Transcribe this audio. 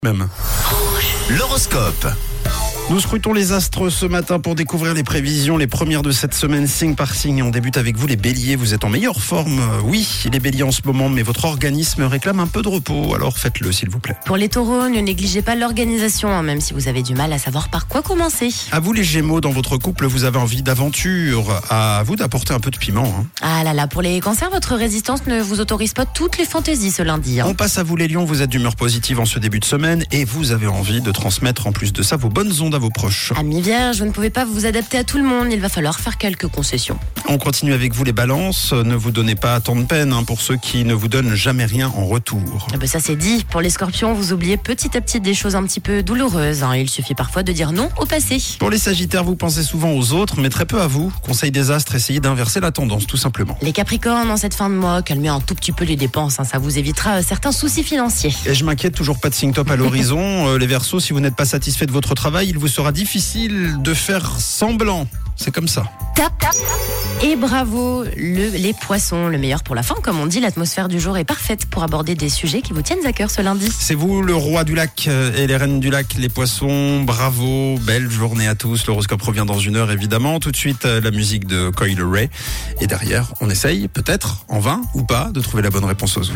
Même. L'horoscope. Nous scrutons les astres ce matin pour découvrir les prévisions, les premières de cette semaine, signe par signe. On débute avec vous les béliers, vous êtes en meilleure forme. Oui, les béliers en ce moment, mais votre organisme réclame un peu de repos, alors faites-le s'il vous plaît. Pour les taureaux, ne négligez pas l'organisation, même si vous avez du mal à savoir par quoi commencer. À vous les gémeaux, dans votre couple, vous avez envie d'aventure. À vous d'apporter un peu de piment. Ah là là, pour les cancers, votre résistance ne vous autorise pas toutes les fantaisies ce lundi. On passe à vous les lions, vous êtes d'humeur positive en ce début de semaine et vous avez envie de transmettre en plus de ça vos bonnes ondes à vos proches. Amis vierges, vous ne pouvez pas vous adapter à tout le monde, il va falloir faire quelques concessions. On continue avec vous les balances, ne vous donnez pas tant de peine pour ceux qui ne vous donnent jamais rien en retour. Ah ben ça c'est dit, pour les scorpions, vous oubliez petit à petit des choses un petit peu douloureuses. Il suffit parfois de dire non au passé. Pour les sagittaires, vous pensez souvent aux autres, mais très peu à vous. Conseil des astres, essayez d'inverser la tendance tout simplement. Les capricornes, en cette fin de mois, calmez un tout petit peu les dépenses, ça vous évitera certains soucis financiers. Et je m'inquiète, toujours pas de signe top à l'horizon. Les Verseaux, si vous n'êtes pas satisfait de votre travail, il vous sera difficile de faire semblant. C'est comme ça. Tap. Et bravo, les poissons, le meilleur pour la fin, comme on dit, l'atmosphère du jour est parfaite pour aborder des sujets qui vous tiennent à cœur ce lundi. C'est vous le roi du lac et les reines du lac, les poissons, bravo, belle journée à tous. L'horoscope revient dans 1 heure évidemment. Tout de suite la musique de Coil Ray. Et derrière, on essaye peut-être, en vain ou pas, de trouver la bonne réponse aux autres.